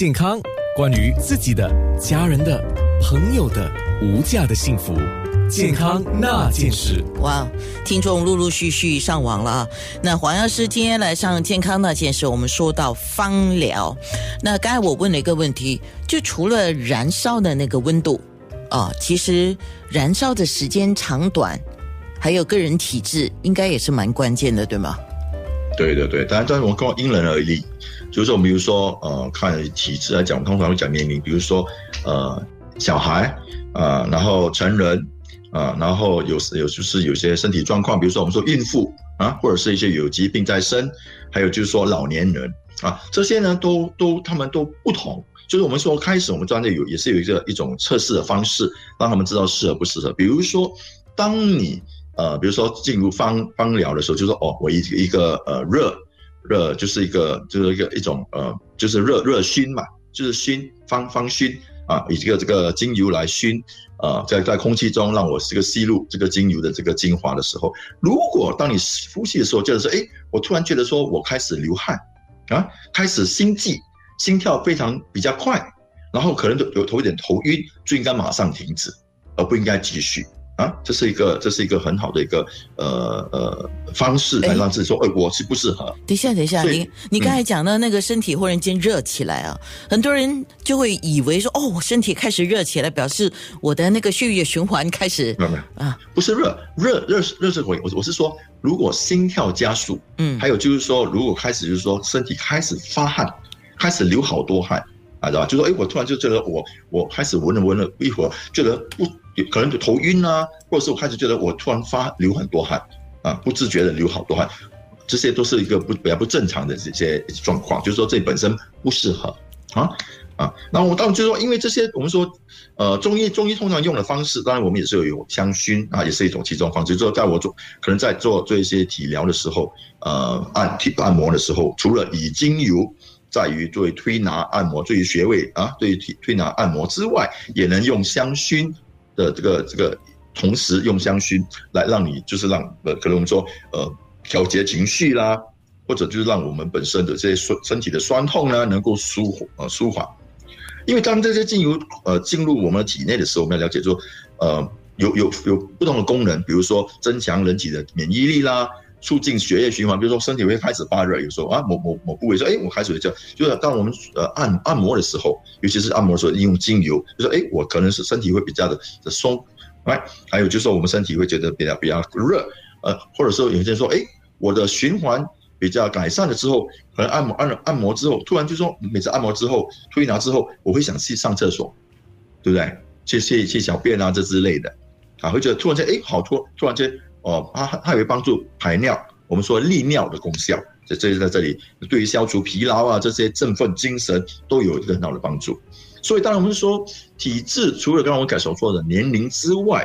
健康，关于自己的、家人的、朋友的无价的幸福。健康那件事。 哇，听众陆陆续续上网了啊。那黄药师今天来上健康那件事，我们说到芳疗。那刚才我问了一个问题，就除了燃烧的那个温度其实燃烧的时间长短还有个人体质应该也是蛮关键的，对吗？ 对对对，当然我们因人而异，就是说比如说看体质来讲，我们通常会讲年龄，比如说小孩然后成人然后就是有些身体状况，比如说我们说孕妇或者是一些有疾病在身，还有就是说老年人这些呢他们都不同。就是我们说开始我们专业也是有一种测试的方式，让他们知道适合不适合。比如说当你比如说进入芳疗的时候，就是说我一个热就是一种就是热熏嘛，就是熏芳熏以这个精油来熏在空气中让我这个吸入这个精油的这个精华的时候，如果当你呼吸的时候觉得说我突然觉得说我开始流汗开始心跳比较快，然后可能有一点头晕，就应该马上停止，而不应该继续这是一个很好的一个方式来让自己说我是不适合。 等一下，你刚才讲到那个身体忽然间热起来很多人就会以为说我身体开始热起来，表示我的那个血液循环开始不是热是我是说如果心跳加速还有就是说如果开始就是说身体开始发汗，开始流好多汗知道吧？就说我突然就觉得我开始闻了一会儿，觉得可能就头晕或者是我开始觉得我突然流很多汗不自觉的流好多汗，这些都是一个比较不正常的这些状况，就是说这本身不适合然后我当然就是说，因为这些我们说中医通常用的方式，当然我们也是有香薰也是一种其中方式。就是在我可能在做一些体疗的时候按摩的时候，除了以精油在于作为推拿按摩，对于穴位对于推拿按摩之外，也能用香薰的这个同时用香薰来让你就是让可能我们说调节情绪啦，或者就是让我们本身的这些身体的酸痛呢能够舒缓。因为当这些精油进入我们的体内的时候，我们要了解说有不同的功能，比如说增强人体的免疫力啦，促进血液循环，比如说身体会开始发热，有时候某部位说我开始就是当我们按摩的时候，尤其是按摩的时候用精油，就说我可能是身体会比较的松还有就是说我们身体会觉得比较热或者说有些人说我的循环比较改善了之后，可能按摩之后，突然就说每次按摩之后推拿之后，我会想去上厕所，对不对？去小便这之类的会觉得突然间好突然间它会帮助排尿，我们说利尿的功效，这在这里对于消除疲劳这些振奋精神都有一个很好的帮助。所以当然我们说体质，除了刚刚我所说的年龄之外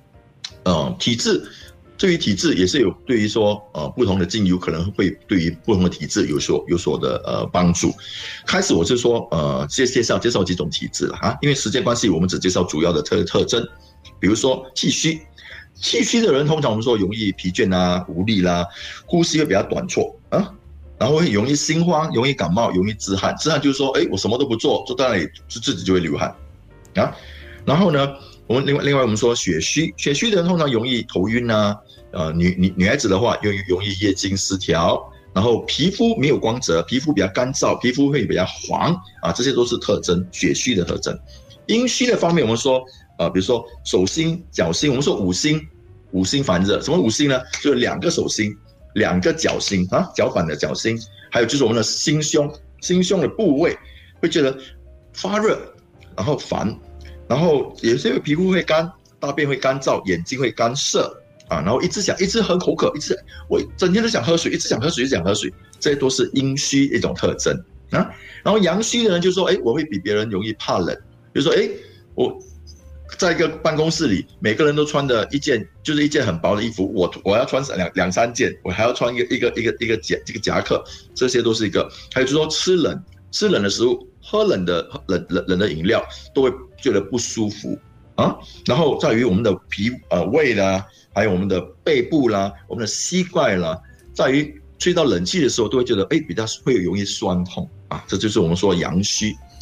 对于体质也是有对于说不同的精油可能会对于不同的体质有所的帮助。开始我是说介绍几种体质因为时间关系我们只介绍主要的特征。比如说气虚的人通常我们说容易疲倦无力啦，呼吸会比较短促然后会容易心慌，容易感冒，容易自汗就是说我什么都不做，坐在那里自己就会流汗然后呢我们另外我们说血虚的人通常容易头晕女孩子的话容易月经失调，然后皮肤没有光泽，皮肤比较干燥，皮肤会比较黄这些都是特征，血虚的特征。阴虚的方面我们说比如说手心脚心，我们说五心烦热。什么五心呢？就是2个手心2个脚心脚板的脚心，还有就是我们的心胸的部位会觉得发热，然后烦，然后有些皮肤会干，大便会干燥，眼睛会干涩然后一直很口渴，我整天都想喝水，一直想喝水，这些都是阴虚一种特征然后阳虚的人就说我会比别人容易怕冷，比如说我在一个办公室里，每个人都穿的一件很薄的衣服，我要穿两三件，我还要穿一个夹克，这些都是一个。还有就是说吃冷的食物，喝冷的饮料都会觉得不舒服然后在于我们的胃啦，还有我们的背部啦，我们的膝盖啦，在于吹到冷气的时候都会觉得比较会容易酸痛这就是我们说阳虚。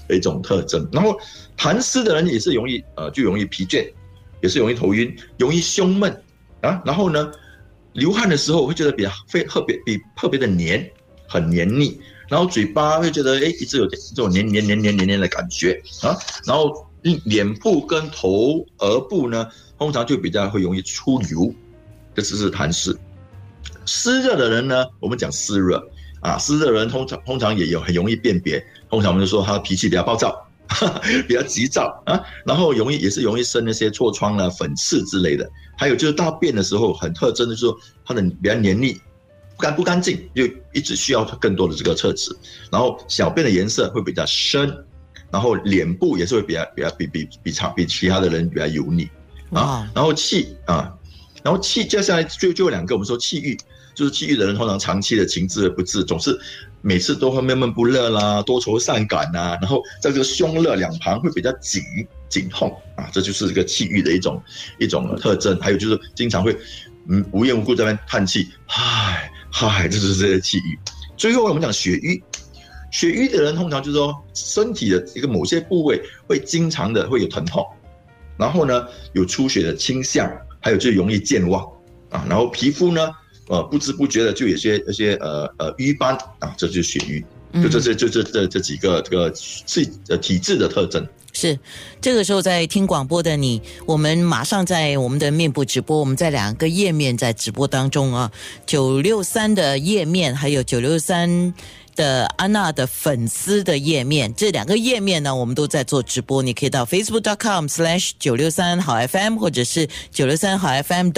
的一种特征。然后痰湿的人也是容易就容易疲倦，也是容易头晕，容易胸闷啊。然后呢，流汗的时候会觉得特别的黏，很黏腻。然后嘴巴会觉得一直有这种黏的感觉啊。然后脸部跟额部呢，通常就比较会容易出油，这只是痰湿。湿热的人呢，我们讲湿热啊，湿热的人通常也很容易辨别，通常我们就说他脾气比较暴躁，比较急躁啊，然后也是容易生那些痤疮啦、粉刺之类的。还有就是大便的时候很特征的是说，它的比较黏腻。不干净，就一直需要更多的这个测试。然后小便的颜色会比较深，然后脸部也是会比其他的人比较油腻啊。然后气接下来就有2个，我们说气郁，就是气郁的人通常长期的情志不治，总是每次都会闷闷不乐啦，多愁善感呐，然后在这个胸肋两旁会比较紧痛啊，这就是这个气郁的一种特征。还有就是经常会无缘无故在那边叹气，这就是这些气郁。最后我们讲血瘀，血瘀的人通常就是说身体的一个某些部位会经常的会有疼痛，然后呢有出血的倾向，还有就容易健忘啊，然后皮肤呢不知不觉的就有些瘀斑啊，这就是血瘀。就这几个这个体质的特征。 是，这个时候在听广播的你，我们马上在我们的面部直播，我们在2个页面在直播当中啊，963的页面还有963的安娜的粉丝的页面，这2个页面呢我们都在做直播，你可以到 facebook.com/963好 FM 或者是963好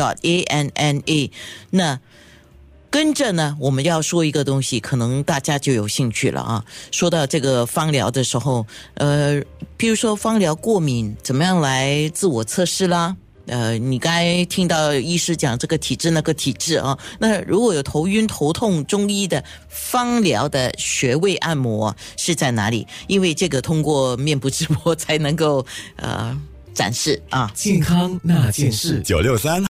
FM.ANNA。 那跟着呢我们要说一个东西，可能大家就有兴趣了啊。说到这个芳疗的时候，譬如说芳疗过敏怎么样来自我测试啦，你刚才听到医师讲这个体质那个体质啊，那如果有头晕头痛，中医的芳疗的穴位按摩是在哪里？因为这个通过面部直播才能够展示啊。 健康那件事963